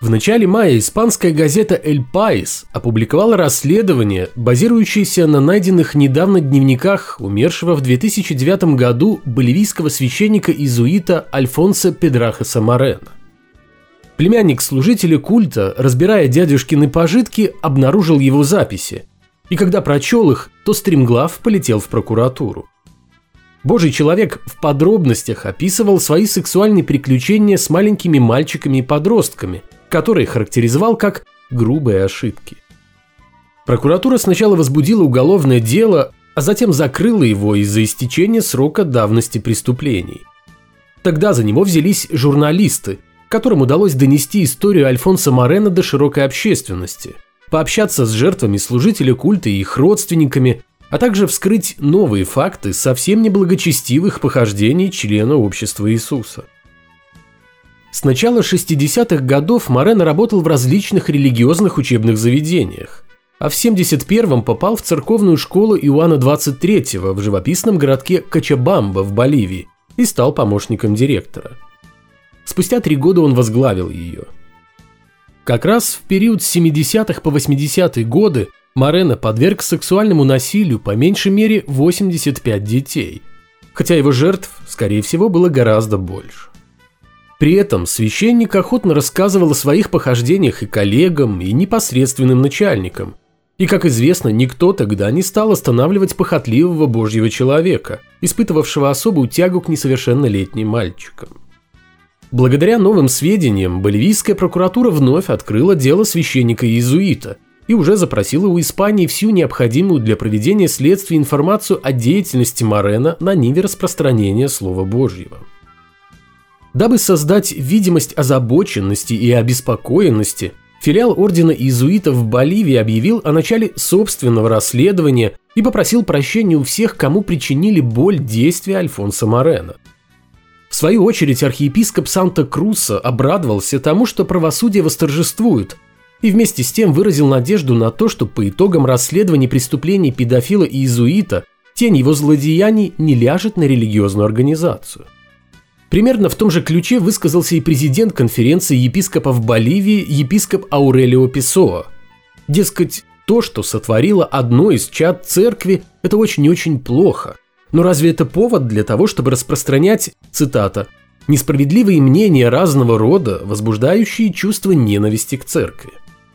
В начале мая испанская газета «Эль Паис» опубликовала расследование, базирующееся на найденных недавно дневниках умершего в 2009 году боливийского священника-иезуита Альфонсо Педрахоса Морено. Племянник служителя культа, разбирая дядюшкины пожитки, обнаружил его записи, и когда прочел их, то стремглав полетел в прокуратуру. Божий человек в подробностях описывал свои сексуальные приключения с маленькими мальчиками и подростками, которые характеризовал как грубые ошибки. Прокуратура сначала возбудила уголовное дело, а затем закрыла его из-за истечения срока давности преступлений. Тогда за него взялись журналисты, которым удалось донести историю Альфонсо Морено до широкой общественности, пообщаться с жертвами служителя культа и их родственниками, а также вскрыть новые факты совсем неблагочестивых похождений члена общества Иисуса. С начала 60-х годов Морено работал в различных религиозных учебных заведениях, а в 71-м попал в церковную школу Иоанна XXIII в живописном городке Кочабамба в Боливии и стал помощником директора. Спустя 3 года он возглавил ее. Как раз в период с 70-х по 80-е годы Морено подверг сексуальному насилию по меньшей мере 85 детей, хотя его жертв, скорее всего, было гораздо больше. При этом священник охотно рассказывал о своих похождениях и коллегам, и непосредственным начальникам. И, как известно, никто тогда не стал останавливать похотливого Божьего человека, испытывавшего особую тягу к несовершеннолетним мальчикам. Благодаря новым сведениям, боливийская прокуратура вновь открыла дело священника-иезуита и уже запросила у Испании всю необходимую для проведения следствия информацию о деятельности Морено на ниве распространения Слова Божьего. Дабы создать видимость озабоченности и обеспокоенности, филиал ордена иезуитов в Боливии объявил о начале собственного расследования и попросил прощения у всех, кому причинили боль действия Альфонсо Морено. В свою очередь архиепископ Санта-Круса обрадовался тому, что правосудие восторжествует, и вместе с тем выразил надежду на то, что по итогам расследования преступлений педофила и иезуита тень его злодеяний не ляжет на религиозную организацию. Примерно в том же ключе высказался и президент конференции епископов Боливии, епископ Аурелио Песоа. Дескать, то, что сотворило одно из чад церкви, это очень и очень плохо. Но разве это повод для того, чтобы распространять, цитата, «несправедливые мнения разного рода, возбуждающие чувство ненависти к церкви»?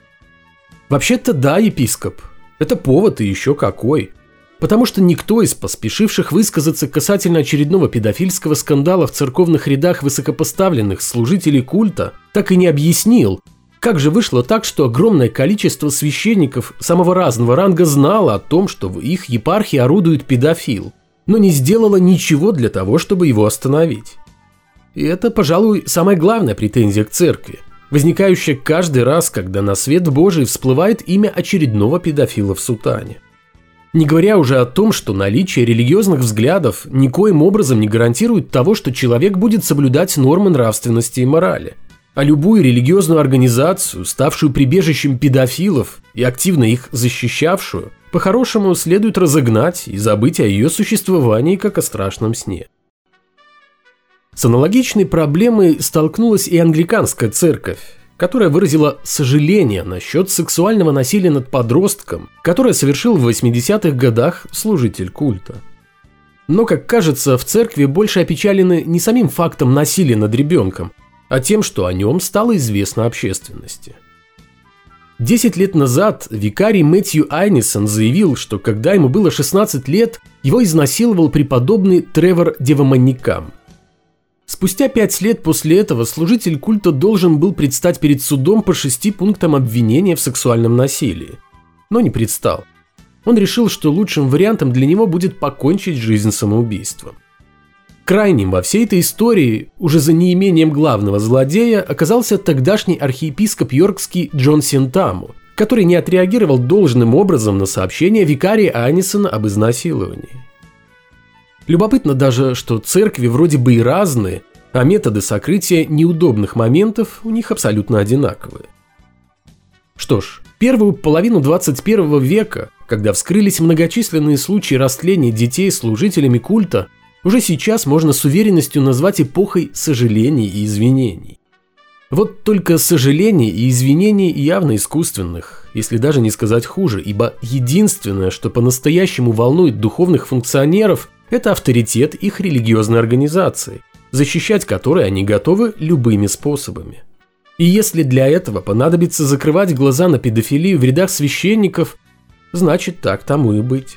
Вообще-то да, епископ, это повод и еще какой. Потому что никто из поспешивших высказаться касательно очередного педофильского скандала в церковных рядах высокопоставленных служителей культа так и не объяснил, как же вышло так, что огромное количество священников самого разного ранга знало о том, что в их епархии орудует педофил, но не сделало ничего для того, чтобы его остановить. И это, пожалуй, самая главная претензия к церкви, возникающая каждый раз, когда на свет Божий всплывает имя очередного педофила в сутане. Не говоря уже о том, что наличие религиозных взглядов никоим образом не гарантирует того, что человек будет соблюдать нормы нравственности и морали. А любую религиозную организацию, ставшую прибежищем педофилов и активно их защищавшую, по-хорошему следует разогнать и забыть о ее существовании как о страшном сне. С аналогичной проблемой столкнулась и англиканская церковь, которая выразила сожаление насчет сексуального насилия над подростком, которое совершил в 80-х годах служитель культа. Но, как кажется, в церкви больше опечалены не самим фактом насилия над ребенком, а тем, что о нем стало известно общественности. 10 лет назад викарий Мэтью Айнисон заявил, что когда ему было 16 лет, его изнасиловал преподобный Тревор Деваманникам. Спустя 5 лет после этого служитель культа должен был предстать перед судом по 6 пунктам обвинения в сексуальном насилии, но не предстал. Он решил, что лучшим вариантом для него будет покончить жизнь самоубийством. Крайним во всей этой истории, уже за неимением главного злодея, оказался тогдашний архиепископ йоркский Джон Сентаму, который не отреагировал должным образом на сообщение викария Айнисона об изнасиловании. Любопытно даже, что церкви вроде бы и разные, а методы сокрытия неудобных моментов у них абсолютно одинаковые. Что ж, первую половину 21 века, когда вскрылись многочисленные случаи растления детей служителями культа, уже сейчас можно с уверенностью назвать эпохой сожалений и извинений. Вот только сожаление и извинения явно искусственных, если даже не сказать хуже, ибо единственное, что по-настоящему волнует духовных функционеров, это авторитет их религиозной организации, защищать которой они готовы любыми способами. И если для этого понадобится закрывать глаза на педофилию в рядах священников, значит так тому и быть.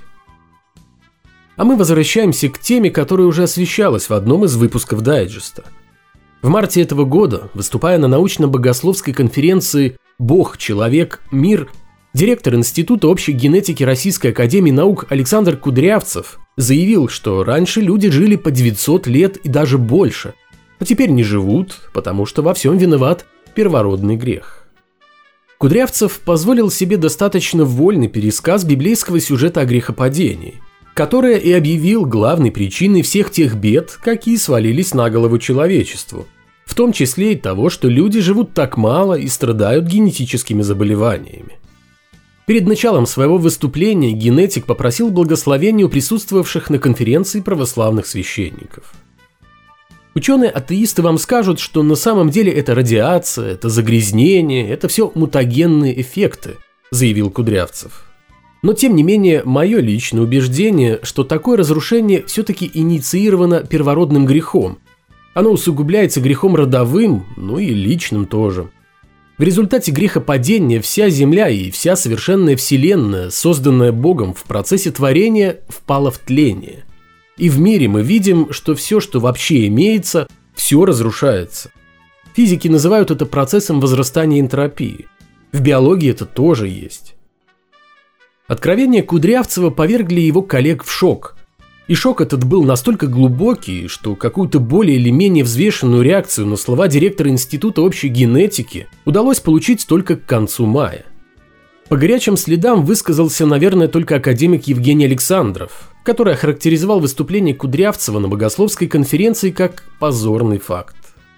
А мы возвращаемся к теме, которая уже освещалась в одном из выпусков дайджеста. В марте этого года, выступая на научно-богословской конференции «Бог, человек, мир», директор Института общей генетики Российской академии наук Александр Кудрявцев заявил, что раньше люди жили по 900 лет и даже больше, а теперь не живут, потому что во всем виноват первородный грех. Кудрявцев позволил себе достаточно вольный пересказ библейского сюжета о грехопадении, которое и объявил главной причиной всех тех бед, какие свалились на голову человечеству, в том числе и того, что люди живут так мало и страдают генетическими заболеваниями. Перед началом своего выступления генетик попросил благословения у присутствовавших на конференции православных священников. Ученые-атеисты вам скажут, что на самом деле это радиация, это загрязнение, это все мутагенные эффекты, заявил Кудрявцев. Но тем не менее, мое личное убеждение, что такое разрушение все-таки инициировано первородным грехом. Оно усугубляется грехом родовым, ну и личным тоже. В результате грехопадения вся Земля и вся совершенная Вселенная, созданная Богом в процессе творения, впала в тление. И в мире мы видим, что все, что вообще имеется, все разрушается. Физики называют это процессом возрастания энтропии. В биологии это тоже есть. Откровения Кудрявцева повергли его коллег в шок. И шок этот был настолько глубокий, что какую-то более или менее взвешенную реакцию на слова директора Института общей генетики удалось получить только к концу мая. По горячим следам высказался, наверное, только академик Евгений Александров, который охарактеризовал выступление Кудрявцева на богословской конференции как позорный факт.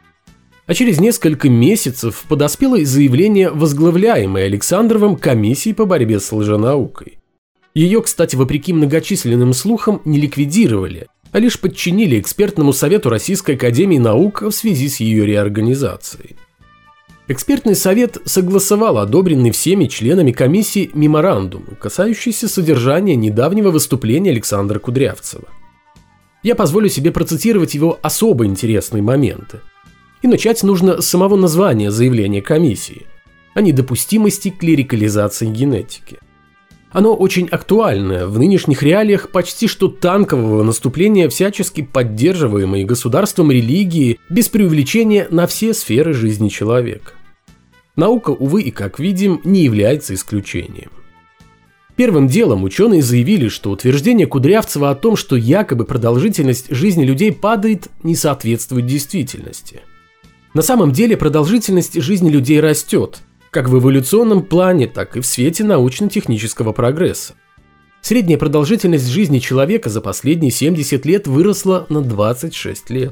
А через несколько месяцев подоспело и заявление возглавляемой Александровым комиссии по борьбе с лженаукой. Ее, кстати, вопреки многочисленным слухам, не ликвидировали, а лишь подчинили экспертному совету Российской академии наук в связи с ее реорганизацией. Экспертный совет согласовал одобренный всеми членами комиссии меморандум, касающийся содержания недавнего выступления Александра Кудрявцева. Я позволю себе процитировать его особо интересные моменты. И начать нужно с самого названия заявления комиссии о недопустимости клерикализации генетики. Оно очень актуальное в нынешних реалиях почти что танкового наступления всячески поддерживаемой государством религии без преувеличения на все сферы жизни человека. Наука, увы и как видим, не является исключением. Первым делом ученые заявили, что утверждение Кудрявцева о том, что якобы продолжительность жизни людей падает, не соответствует действительности. На самом деле продолжительность жизни людей растет, как в эволюционном плане, так и в свете научно-технического прогресса. Средняя продолжительность жизни человека за последние 70 лет выросла на 26 лет.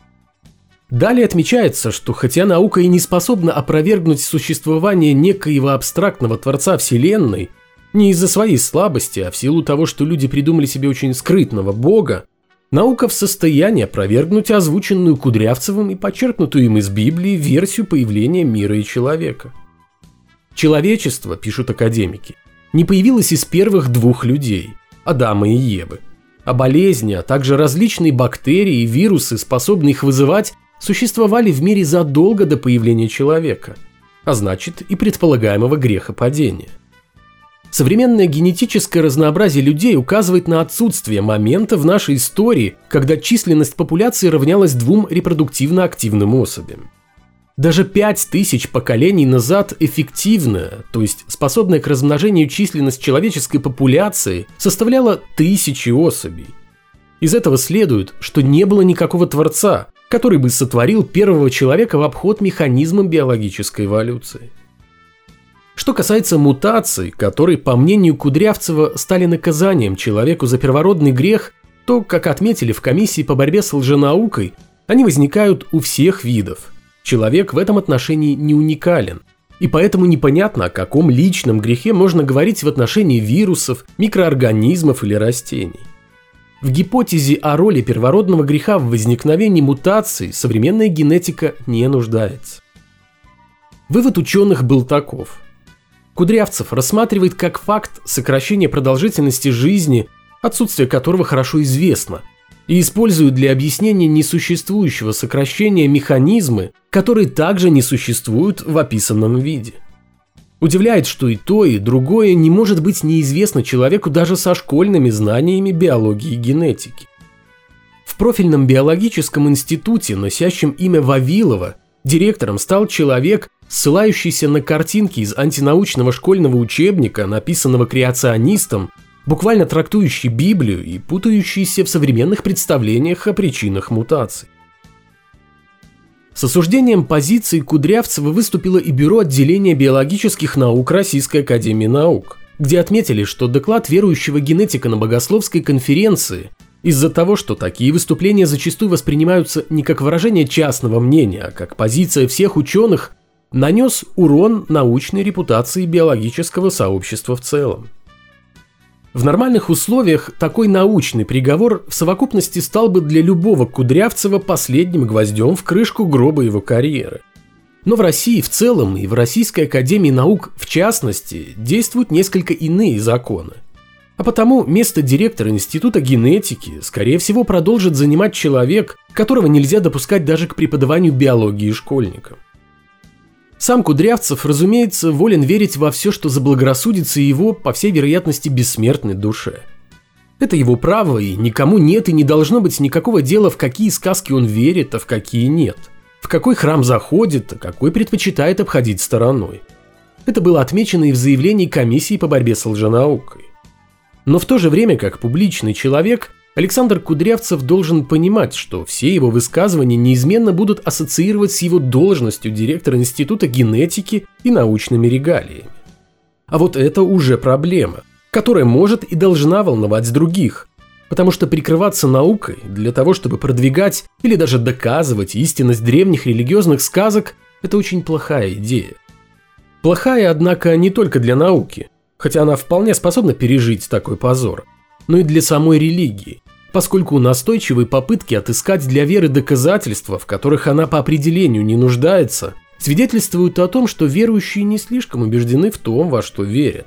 Далее отмечается, что хотя наука и не способна опровергнуть существование некоего абстрактного творца Вселенной, не из-за своей слабости, а в силу того, что люди придумали себе очень скрытного бога, наука в состоянии опровергнуть озвученную Кудрявцевым и подчеркнутую им из Библии версию появления мира и человека. Человечество, пишут академики, не появилось из первых двух людей – Адама и Евы. А болезни, а также различные бактерии и вирусы, способные их вызывать, существовали в мире задолго до появления человека, а значит и предполагаемого грехопадения. Современное генетическое разнообразие людей указывает на отсутствие момента в нашей истории, когда численность популяции равнялась 2 репродуктивно активным особям. Даже 5000 поколений назад эффективная, то есть способная к размножению численность человеческой популяции составляла 1000 особей. Из этого следует, что не было никакого творца, который бы сотворил первого человека в обход механизмам биологической эволюции. Что касается мутаций, которые, по мнению Кудрявцева, стали наказанием человеку за первородный грех, то, как отметили в комиссии по борьбе с лженаукой, они возникают у всех видов. Человек в этом отношении не уникален, и поэтому непонятно, о каком личном грехе можно говорить в отношении вирусов, микроорганизмов или растений. В гипотезе о роли первородного греха в возникновении мутаций современная генетика не нуждается. Вывод ученых был таков. Кудрявцев рассматривает как факт сокращение продолжительности жизни, отсутствие которого хорошо известно, и использует для объяснения несуществующего сокращения механизмы, которые также не существуют в описанном виде. Удивляет, что и то, и другое не может быть неизвестно человеку даже со школьными знаниями биологии и генетики. В профильном биологическом институте, носящем имя Вавилова, директором стал человек, ссылающийся на картинки из антинаучного школьного учебника, написанного креационистом, буквально трактующий Библию и путающийся в современных представлениях о причинах мутаций. С осуждением позиции Кудрявцева выступило и Бюро отделения биологических наук Российской академии наук, где отметили, что доклад верующего генетика на богословской конференции из-за того, что такие выступления зачастую воспринимаются не как выражение частного мнения, а как позиция всех ученых, нанес урон научной репутации биологического сообщества в целом. В нормальных условиях такой научный приговор в совокупности стал бы для любого Кудрявцева последним гвоздем в крышку гроба его карьеры. Но в России в целом и в Российской академии наук в частности действуют несколько иные законы. А потому место директора Института генетики, скорее всего, продолжит занимать человек, которого нельзя допускать даже к преподаванию биологии школьникам. Сам Кудрявцев, разумеется, волен верить во все, что заблагорассудится его, по всей вероятности, бессмертной душе. Это его право, и никому нет и не должно быть никакого дела, в какие сказки он верит, а в какие нет. В какой храм заходит, а какой предпочитает обходить стороной. Это было отмечено и в заявлении комиссии по борьбе с лженаукой. Но в то же время, как публичный человек, Александр Кудрявцев должен понимать, что все его высказывания неизменно будут ассоциировать с его должностью директора Института генетики и научными регалиями. А вот это уже проблема, которая может и должна волновать других, потому что прикрываться наукой для того, чтобы продвигать или даже доказывать истинность древних религиозных сказок – это очень плохая идея. Плохая, однако, не только для науки, хотя она вполне способна пережить такой позор, но и для самой религии, поскольку настойчивые попытки отыскать для веры доказательства, в которых она по определению не нуждается, свидетельствуют о том, что верующие не слишком убеждены в том, во что верят.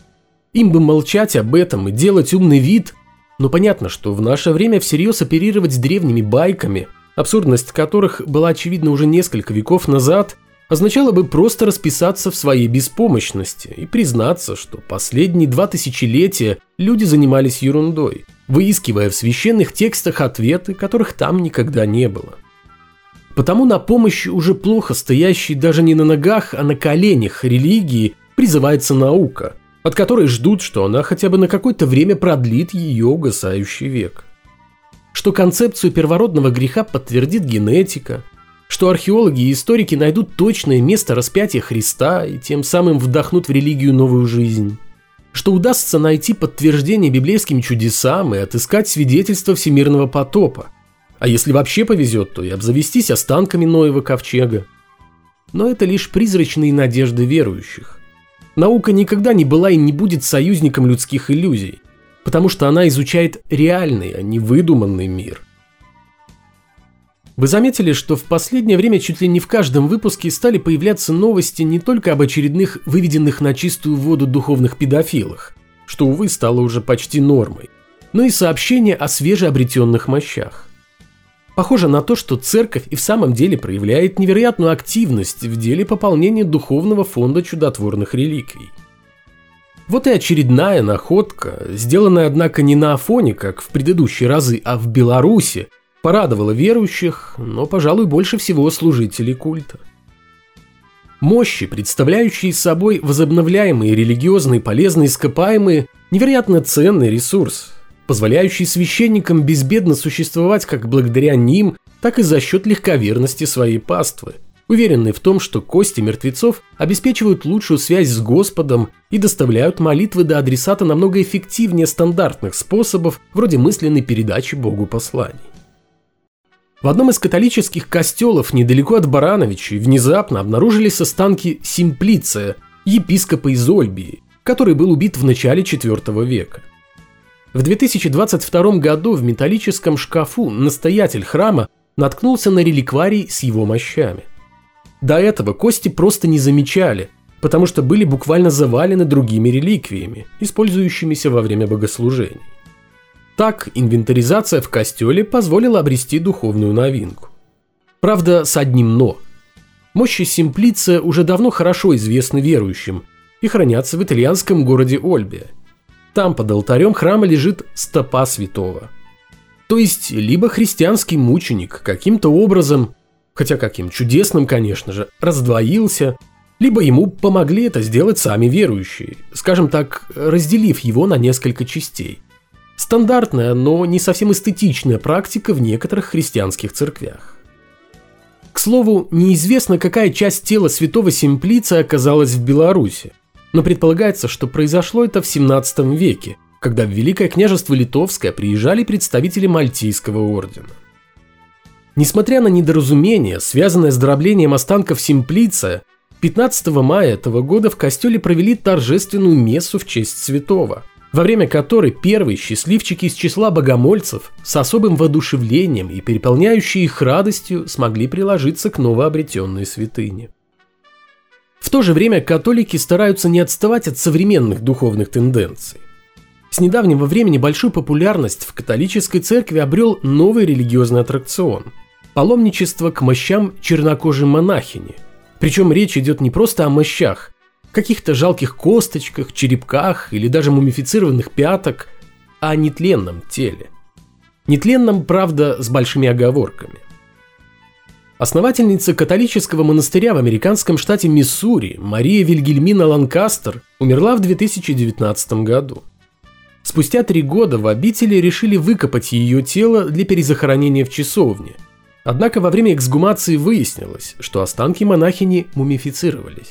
Им бы молчать об этом и делать умный вид, но понятно, что в наше время всерьез оперировать с древними байками, абсурдность которых была очевидна уже несколько веков назад, означало бы просто расписаться в своей беспомощности и признаться, что последние 2 тысячелетия люди занимались ерундой, выискивая в священных текстах ответы, которых там никогда не было. Потому на помощь уже плохо стоящей даже не на ногах, а на коленях религии призывается наука, от которой ждут, что она хотя бы на какое-то время продлит ее угасающий век. Что концепцию первородного греха подтвердит генетика, что археологи и историки найдут точное место распятия Христа и тем самым вдохнут в религию новую жизнь, что удастся найти подтверждение библейским чудесам и отыскать свидетельство всемирного потопа, а если вообще повезет, то и обзавестись останками Ноева ковчега. Но это лишь призрачные надежды верующих. Наука никогда не была и не будет союзником людских иллюзий, потому что она изучает реальный, а не выдуманный мир. Вы заметили, что в последнее время чуть ли не в каждом выпуске стали появляться новости не только об очередных выведенных на чистую воду духовных педофилах, что, увы, стало уже почти нормой, но и сообщения о свежеобретенных мощах. Похоже на то, что церковь и в самом деле проявляет невероятную активность в деле пополнения духовного фонда чудотворных реликвий. Вот и очередная находка, сделанная, однако, не на Афоне, как в предыдущие разы, а в Беларуси, порадовала верующих, но, пожалуй, больше всего служителей культа. Мощи, представляющие собой возобновляемые религиозные полезные ископаемые, невероятно ценный ресурс, позволяющий священникам безбедно существовать как благодаря ним, так и за счет легковерности своей паствы, уверенные в том, что кости мертвецов обеспечивают лучшую связь с Господом и доставляют молитвы до адресата намного эффективнее стандартных способов, вроде мысленной передачи Богу посланий. В одном из католических костелов недалеко от Барановичей внезапно обнаружились останки Симплиция, епископа из Ольбии, который был убит в начале IV века. В 2022 году в металлическом шкафу настоятель храма наткнулся на реликварий с его мощами. До этого кости просто не замечали, потому что были буквально завалены другими реликвиями, использующимися во время богослужений. Так, инвентаризация в костеле позволила обрести духовную новинку. Правда, с одним «но». Мощи Симплиция уже давно хорошо известны верующим и хранятся в итальянском городе Ольбия. Там под алтарем храма лежит стопа святого. То есть, либо христианский мученик каким-то образом, хотя каким чудесным, конечно же, раздвоился, либо ему помогли это сделать сами верующие, скажем так, разделив его на несколько частей. Стандартная, но не совсем эстетичная практика в некоторых христианских церквях. К слову, неизвестно, какая часть тела святого Симплиция оказалась в Беларуси, но предполагается, что произошло это в 17 веке, когда в Великое княжество Литовское приезжали представители Мальтийского ордена. Несмотря на недоразумение, связанное с дроблением останков Симплиция, 15 мая этого года в костеле провели торжественную мессу в честь святого, во время которой первые счастливчики из числа богомольцев с особым воодушевлением и переполняющие их радостью смогли приложиться к новообретенной святыне. В то же время католики стараются не отставать от современных духовных тенденций. С недавнего времени большую популярность в католической церкви обрел новый религиозный аттракцион – паломничество к мощам чернокожей монахини. Причем речь идет не просто о мощах, каких-то жалких косточках, черепках или даже мумифицированных пяток, а о нетленном теле. Нетленном, правда, с большими оговорками. Основательница католического монастыря в американском штате Миссури Мария Вильгельмина Ланкастер умерла в 2019 году. Спустя 3 года в обители решили выкопать ее тело для перезахоронения в часовне. Однако во время эксгумации выяснилось, что останки монахини мумифицировались.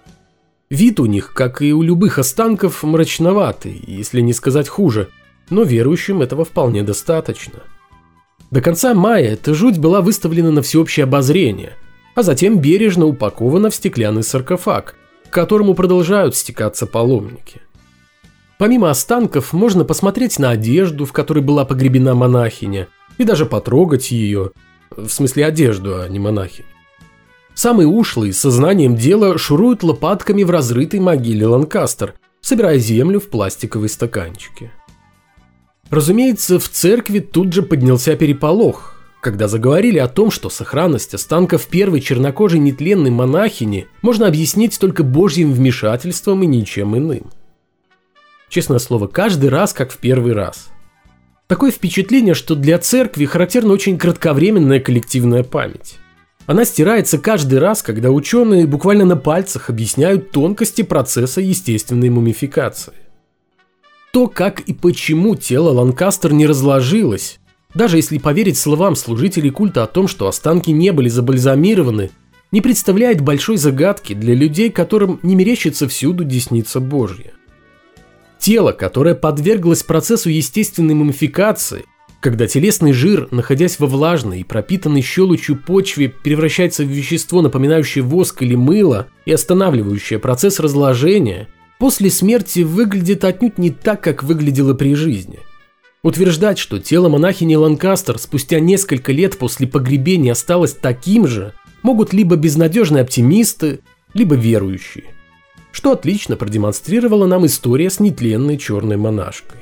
Вид у них, как и у любых останков, мрачноватый, если не сказать хуже, но верующим этого вполне достаточно. До конца мая эта жуть была выставлена на всеобщее обозрение, а затем бережно упакована в стеклянный саркофаг, к которому продолжают стекаться паломники. Помимо останков можно посмотреть на одежду, в которой была погребена монахиня, и даже потрогать ее, в смысле одежду, а не монахиню. Самые ушлые, со знанием дела, шуруют лопатками в разрытой могиле Ланкастер, собирая землю в пластиковые стаканчики. Разумеется, в церкви тут же поднялся переполох, когда заговорили о том, что сохранность останков первой чернокожей нетленной монахини можно объяснить только Божьим вмешательством и ничем иным. Честное слово, каждый раз как в первый раз. Такое впечатление, что для церкви характерна очень кратковременная коллективная память. Она стирается каждый раз, когда ученые буквально на пальцах объясняют тонкости процесса естественной мумификации. То, как и почему тело Ланкастер не разложилось, даже если поверить словам служителей культа о том, что останки не были забальзамированы, не представляет большой загадки для людей, которым не мерещится всюду десница Божья. Тело, которое подверглось процессу естественной мумификации, когда телесный жир, находясь во влажной и пропитанной щелочью почве, превращается в вещество, напоминающее воск или мыло и останавливающее процесс разложения, после смерти выглядит отнюдь не так, как выглядело при жизни. Утверждать, что тело монахини Ланкастер спустя несколько лет после погребения осталось таким же, могут либо безнадежные оптимисты, либо верующие. Что отлично продемонстрировала нам история с нетленной черной монашкой.